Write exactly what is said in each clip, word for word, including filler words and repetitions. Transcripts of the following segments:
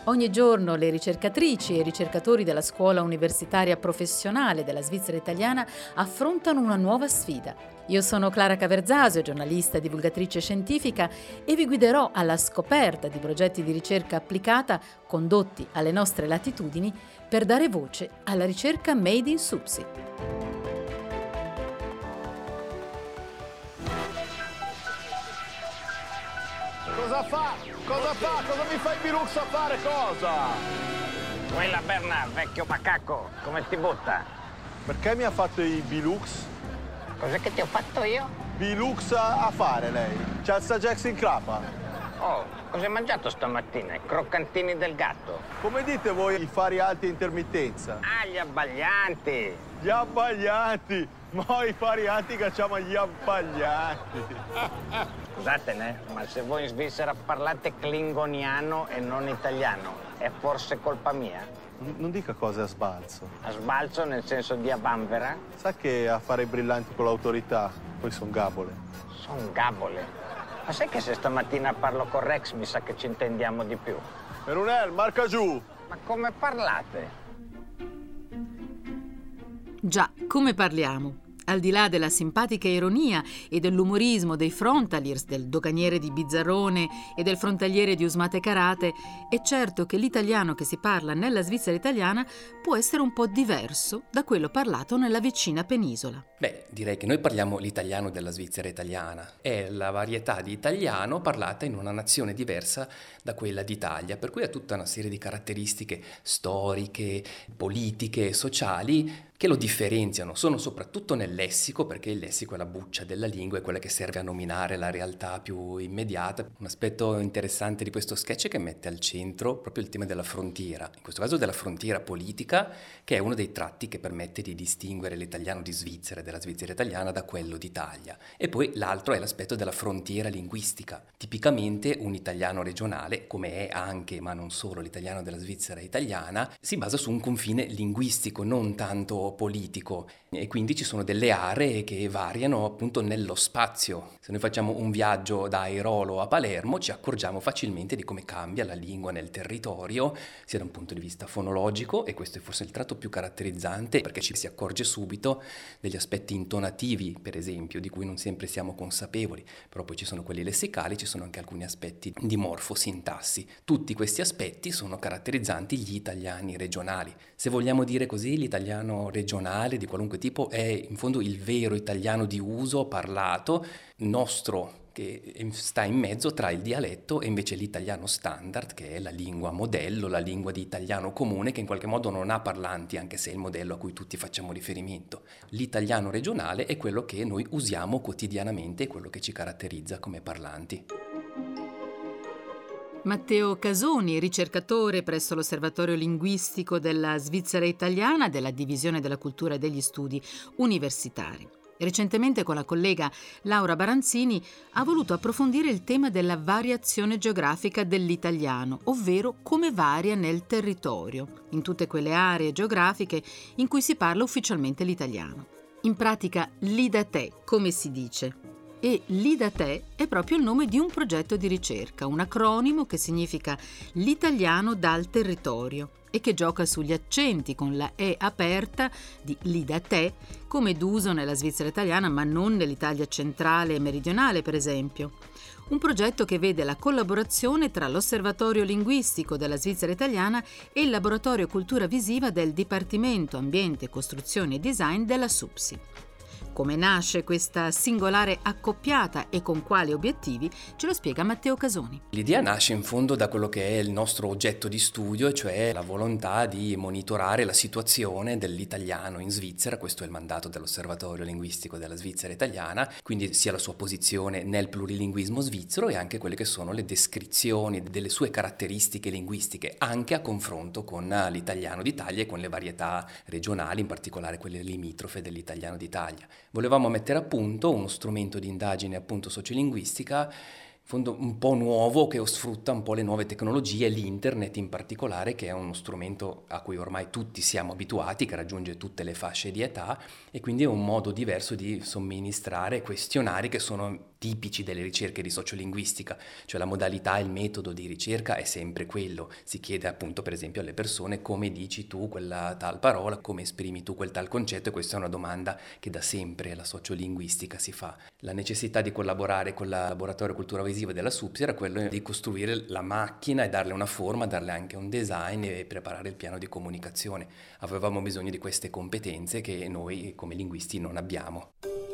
Ogni giorno le ricercatrici e i ricercatori della Scuola Universitaria Professionale della Svizzera Italiana affrontano una nuova sfida. Io sono Clara Caverzasio, giornalista e divulgatrice scientifica, e vi guiderò alla scoperta di progetti di ricerca applicata condotti alle nostre latitudini per dare voce alla ricerca Made in Supsi. Cosa fa? Cosa fa? Cosa mi fai Bilux a fare? Cosa? Quella Bernard, vecchio macaco, come ti butta? Perché mi ha fatto i Bilux? Cos'è che ti ho fatto io? Bilux a fare lei? C'ha il Sagex in crapa? Oh, cosa hai mangiato stamattina? I croccantini del gatto. Come dite voi i fari alti a intermittenza? Ah, gli abbaglianti. Gli abbaglianti! Ma i fari alti cacciamo gli abbaglianti! Scusatene, ma se voi in Svizzera parlate klingoniano e non italiano, è forse colpa mia? Non dica cose a sbalzo. A sbalzo nel senso di a vanvera? Sa che affari brillanti con l'autorità, poi son gabole. Son gabole? Ma sai che se stamattina parlo con Rex mi sa che ci intendiamo di più? Merunel, marca giù! Ma come parlate? Già, come parliamo? Al di là della simpatica ironia e dell'umorismo dei frontaliers, del doganiere di Bizzarrone e del frontaliere di Usmate Karate, è certo che l'italiano che si parla nella Svizzera italiana può essere un po' diverso da quello parlato nella vicina penisola. Beh, direi che noi parliamo l'italiano della Svizzera italiana. È la varietà di italiano parlata in una nazione diversa da quella d'Italia, per cui ha tutta una serie di caratteristiche storiche, politiche, sociali che lo differenziano. Sono soprattutto nel lessico, perché il lessico è la buccia della lingua, è quella che serve a nominare la realtà più immediata. Un aspetto interessante di questo sketch è che mette al centro proprio il tema della frontiera, in questo caso della frontiera politica, che è uno dei tratti che permette di distinguere l'italiano di Svizzera e della Svizzera italiana da quello d'Italia. E poi l'altro è l'aspetto della frontiera linguistica. Tipicamente un italiano regionale, come è anche, ma non solo, l'italiano della Svizzera italiana, si basa su un confine linguistico, non tanto politico, e quindi ci sono delle aree che variano appunto nello spazio. Se noi facciamo un viaggio da Airolo a Palermo ci accorgiamo facilmente di come cambia la lingua nel territorio, sia da un punto di vista fonologico, e questo è forse il tratto più caratterizzante, perché ci si accorge subito degli aspetti intonativi, per esempio, di cui non sempre siamo consapevoli, però poi ci sono quelli lessicali, ci sono anche alcuni aspetti di morfosintassi. Tutti questi aspetti sono caratterizzanti gli italiani regionali. Se vogliamo dire così, l'italiano regionale di qualunque tipo è in fondo il vero italiano di uso parlato nostro, che sta in mezzo tra il dialetto e invece l'italiano standard, che è la lingua modello, la lingua di italiano comune, che in qualche modo non ha parlanti, anche se è il modello a cui tutti facciamo riferimento. L'italiano regionale è quello che noi usiamo quotidianamente, è quello che ci caratterizza come parlanti. Matteo Casoni, ricercatore presso l'Osservatorio Linguistico della Svizzera Italiana della Divisione della Cultura e degli Studi Universitari. Recentemente con la collega Laura Baranzini ha voluto approfondire il tema della variazione geografica dell'italiano, ovvero come varia nel territorio, in tutte quelle aree geografiche in cui si parla ufficialmente l'italiano. In pratica lì da te, come si dice. E lì da te è proprio il nome di un progetto di ricerca, un acronimo che significa l'italiano dal territorio e che gioca sugli accenti con la E aperta di lì da te, come d'uso nella Svizzera italiana ma non nell'Italia centrale e meridionale, per esempio. Un progetto che vede la collaborazione tra l'Osservatorio Linguistico della Svizzera Italiana e il Laboratorio Cultura Visiva del Dipartimento Ambiente, Costruzione e Design della SUPSI. Come nasce questa singolare accoppiata e con quali obiettivi ce lo spiega Matteo Casoni. L'idea nasce in fondo da quello che è il nostro oggetto di studio, cioè la volontà di monitorare la situazione dell'italiano in Svizzera. Questo è il mandato dell'Osservatorio Linguistico della Svizzera Italiana, quindi sia la sua posizione nel plurilinguismo svizzero e anche quelle che sono le descrizioni delle sue caratteristiche linguistiche, anche a confronto con l'italiano d'Italia e con le varietà regionali, in particolare quelle limitrofe dell'italiano d'Italia. Volevamo mettere a punto uno strumento di indagine appunto sociolinguistica fondo un po' nuovo che sfrutta un po' le nuove tecnologie, l'internet in particolare, che è uno strumento a cui ormai tutti siamo abituati, che raggiunge tutte le fasce di età, e quindi è un modo diverso di somministrare questionari che sono tipici delle ricerche di sociolinguistica, cioè la modalità e il metodo di ricerca è sempre quello. Si chiede appunto per esempio alle persone come dici tu quella tal parola, come esprimi tu quel tal concetto, e questa è una domanda che da sempre la sociolinguistica si fa. La necessità di collaborare con il laboratorio cultura visiva della S U P S I era quello di costruire la macchina e darle una forma, darle anche un design e preparare il piano di comunicazione. Avevamo bisogno di queste competenze che noi come linguisti non abbiamo.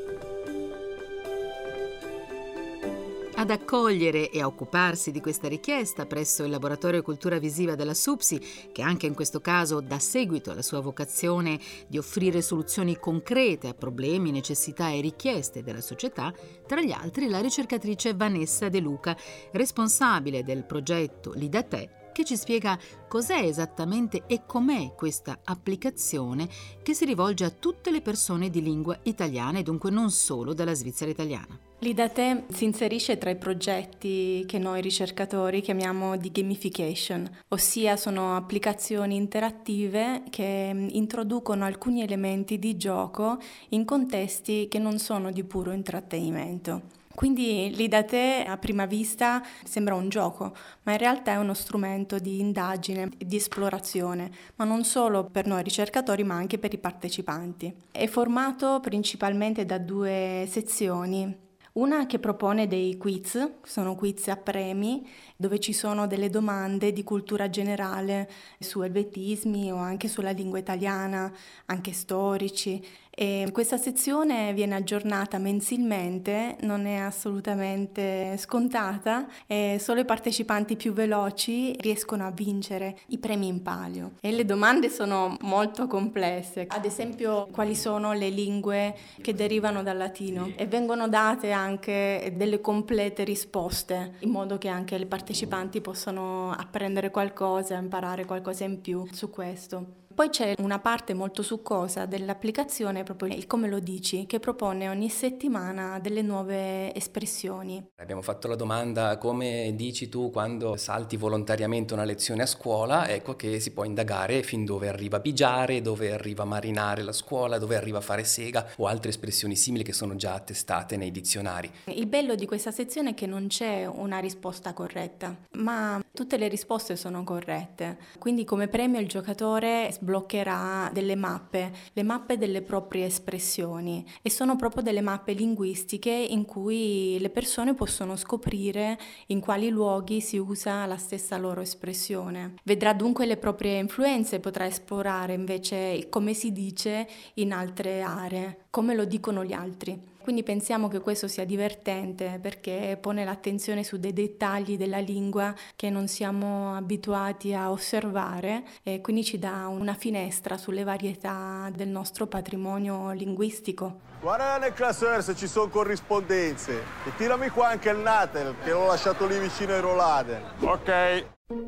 Ad accogliere e a occuparsi di questa richiesta presso il Laboratorio Cultura Visiva della S U P S I, che anche in questo caso dà seguito alla sua vocazione di offrire soluzioni concrete a problemi, necessità e richieste della società, tra gli altri la ricercatrice Vanessa De Luca, responsabile del progetto Lì da te, che ci spiega cos'è esattamente e com'è questa applicazione che si rivolge a tutte le persone di lingua italiana e dunque non solo della Svizzera italiana. Lì da te si inserisce tra i progetti che noi ricercatori chiamiamo di gamification, ossia sono applicazioni interattive che introducono alcuni elementi di gioco in contesti che non sono di puro intrattenimento. Quindi Lì da te a prima vista sembra un gioco, ma in realtà è uno strumento di indagine, di esplorazione, ma non solo per noi ricercatori ma anche per i partecipanti. È formato principalmente da due sezioni. Una che propone dei quiz, sono quiz a premi, dove ci sono delle domande di cultura generale su elvetismi o anche sulla lingua italiana, anche storici. E questa sezione viene aggiornata mensilmente, non è assolutamente scontata e solo i partecipanti più veloci riescono a vincere i premi in palio. E le domande sono molto complesse, ad esempio quali sono le lingue che derivano dal latino, e vengono date anche delle complete risposte in modo che anche i partecipanti possano apprendere qualcosa, imparare qualcosa in più su questo. Poi c'è una parte molto succosa dell'applicazione, proprio il come lo dici, che propone ogni settimana delle nuove espressioni. Abbiamo fatto la domanda come dici tu quando salti volontariamente una lezione a scuola, ecco che si può indagare fin dove arriva pigiare, dove arriva marinare la scuola, dove arriva fare sega o altre espressioni simili che sono già attestate nei dizionari. Il bello di questa sezione è che non c'è una risposta corretta, ma tutte le risposte sono corrette. Quindi come premio il giocatore sbloccherà delle mappe, le mappe delle proprie espressioni, e sono proprio delle mappe linguistiche in cui le persone possono scoprire in quali luoghi si usa la stessa loro espressione. Vedrà dunque le proprie influenze, potrà esplorare invece come si dice in altre aree, come lo dicono gli altri. Quindi pensiamo che questo sia divertente perché pone l'attenzione su dei dettagli della lingua che non siamo abituati a osservare, e quindi ci dà una finestra sulle varietà del nostro patrimonio linguistico. Guarda nel classeur se ci sono corrispondenze e tirami qua anche il Natel che l'ho lasciato lì vicino ai Roladen. Ok.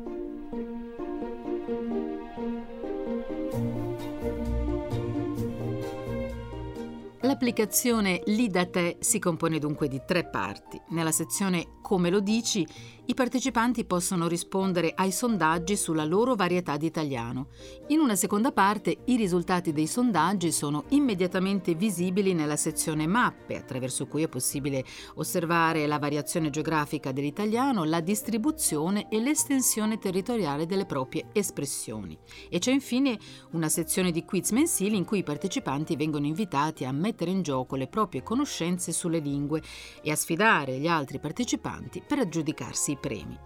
L'applicazione Lì da te si compone dunque di tre parti. Nella sezione Come lo dici, i partecipanti possono rispondere ai sondaggi sulla loro varietà di italiano. In una seconda parte, i risultati dei sondaggi sono immediatamente visibili nella sezione Mappe, attraverso cui è possibile osservare la variazione geografica dell'italiano, la distribuzione e l'estensione territoriale delle proprie espressioni. E c'è infine una sezione di quiz mensili in cui i partecipanti vengono invitati a mettere in gioco le proprie conoscenze sulle lingue e a sfidare gli altri partecipanti per aggiudicarsi i premi.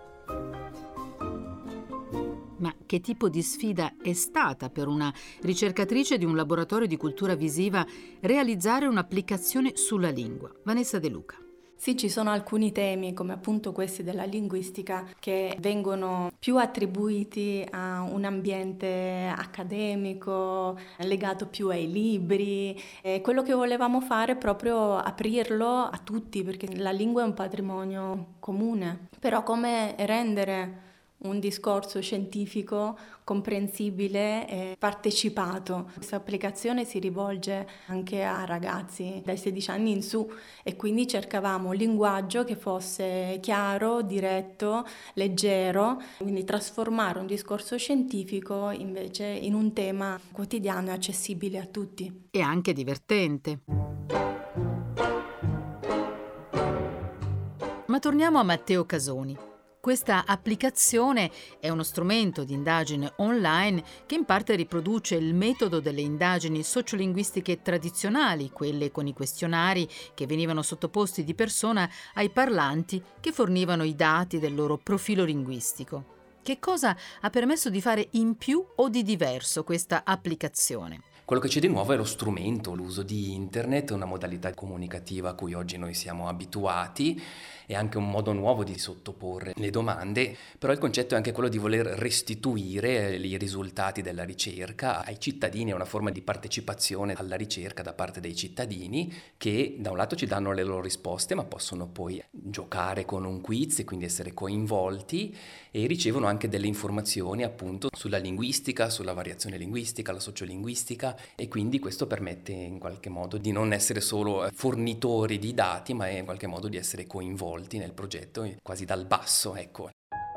Ma che tipo di sfida è stata per una ricercatrice di un laboratorio di cultura visiva realizzare un'applicazione sulla lingua? Vanessa De Luca. Sì, ci sono alcuni temi, come appunto questi della linguistica, che vengono più attribuiti a un ambiente accademico, legato più ai libri. E quello che volevamo fare è proprio aprirlo a tutti, perché la lingua è un patrimonio comune. Però come rendere un discorso scientifico comprensibile e partecipato. Questa applicazione si rivolge anche a ragazzi dai sedici anni in su e quindi cercavamo un linguaggio che fosse chiaro, diretto, leggero, quindi trasformare un discorso scientifico invece in un tema quotidiano e accessibile a tutti. E anche divertente. Ma torniamo a Matteo Casoni. Questa applicazione è uno strumento di indagine online che in parte riproduce il metodo delle indagini sociolinguistiche tradizionali, quelle con i questionari che venivano sottoposti di persona ai parlanti che fornivano i dati del loro profilo linguistico. Che cosa ha permesso di fare in più o di diverso questa applicazione? Quello che c'è di nuovo è lo strumento, l'uso di internet, una modalità comunicativa a cui oggi noi siamo abituati, è anche un modo nuovo di sottoporre le domande, però il concetto è anche quello di voler restituire i risultati della ricerca ai cittadini, è una forma di partecipazione alla ricerca da parte dei cittadini che da un lato ci danno le loro risposte, ma possono poi giocare con un quiz e quindi essere coinvolti e ricevono anche delle informazioni appunto sulla linguistica, sulla variazione linguistica, la sociolinguistica, e quindi questo permette in qualche modo di non essere solo fornitori di dati, ma in qualche modo di essere coinvolti nel progetto quasi dal basso, ecco.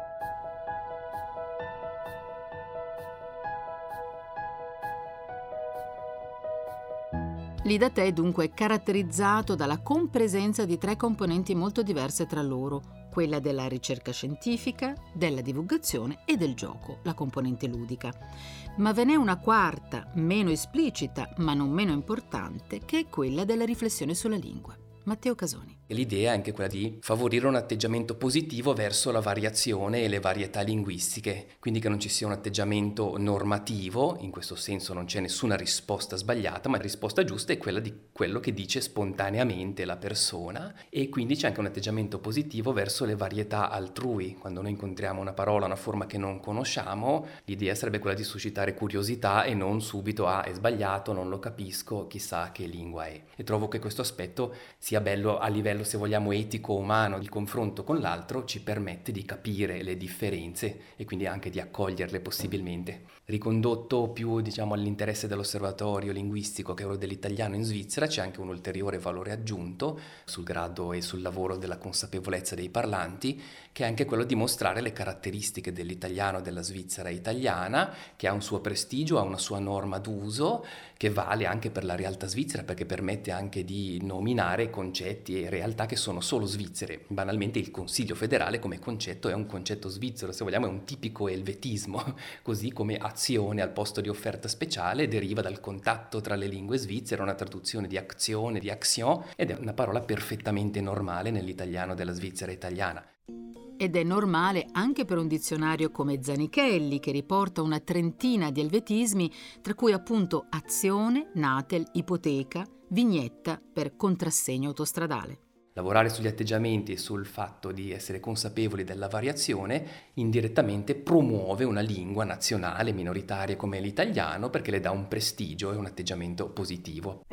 L'I D A T E è dunque caratterizzato dalla compresenza di tre componenti molto diverse tra loro, quella della ricerca scientifica, della divulgazione e del gioco, la componente ludica. Ma ve n'è una quarta, meno esplicita, ma non meno importante, che è quella della riflessione sulla lingua. Matteo Casoni. L'idea è anche quella di favorire un atteggiamento positivo verso la variazione e le varietà linguistiche, quindi che non ci sia un atteggiamento normativo, in questo senso non c'è nessuna risposta sbagliata, ma la risposta giusta è quella di quello che dice spontaneamente la persona, e quindi c'è anche un atteggiamento positivo verso le varietà altrui. Quando noi incontriamo una parola, una forma che non conosciamo, l'idea sarebbe quella di suscitare curiosità e non subito ah è sbagliato, non lo capisco, chissà che lingua è. E trovo che questo aspetto sia bello a livello, se vogliamo, etico, umano. Il confronto con l'altro ci permette di capire le differenze e quindi anche di accoglierle possibilmente. Ricondotto più, diciamo, all'interesse dell'osservatorio linguistico, che è quello dell'italiano in Svizzera, c'è anche un ulteriore valore aggiunto sul grado e sul lavoro della consapevolezza dei parlanti, che è anche quello di mostrare le caratteristiche dell'italiano della Svizzera italiana, che ha un suo prestigio, ha una sua norma d'uso, che vale anche per la realtà svizzera, perché permette anche di nominare concetti e realtà che sono solo svizzere. Banalmente il Consiglio federale come concetto è un concetto svizzero, se vogliamo è un tipico elvetismo, così come azione al posto di offerta speciale deriva dal contatto tra le lingue svizzere, una traduzione di azione, di action, ed è una parola perfettamente normale nell'italiano della Svizzera italiana. Ed è normale anche per un dizionario come Zanichelli, che riporta una trentina di elvetismi, tra cui appunto azione, natel, ipoteca, vignetta per contrassegno autostradale. Lavorare sugli atteggiamenti e sul fatto di essere consapevoli della variazione indirettamente promuove una lingua nazionale minoritaria come l'italiano, perché le dà un prestigio e un atteggiamento positivo.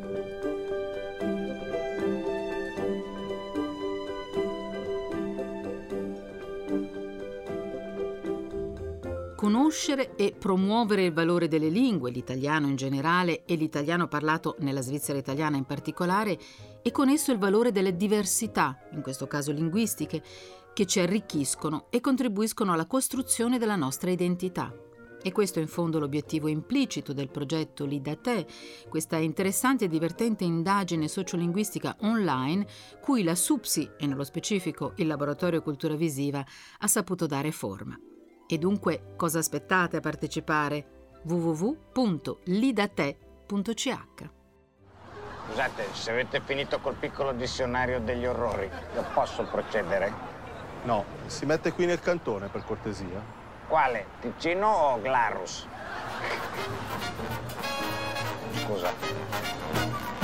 Conoscere e promuovere il valore delle lingue, l'italiano in generale e l'italiano parlato nella Svizzera italiana in particolare, e con esso il valore delle diversità, in questo caso linguistiche, che ci arricchiscono e contribuiscono alla costruzione della nostra identità. E questo è in fondo l'obiettivo implicito del progetto L'I D A T E, questa interessante e divertente indagine sociolinguistica online cui la SUPSI, e nello specifico il Laboratorio Cultura Visiva, ha saputo dare forma. E dunque cosa aspettate a partecipare? w w w punto lidate punto c h. Scusate, se avete finito col piccolo dizionario degli orrori, io posso procedere? No, si mette qui nel cantone, per cortesia. Quale? Ticino o Glarus? Scusa.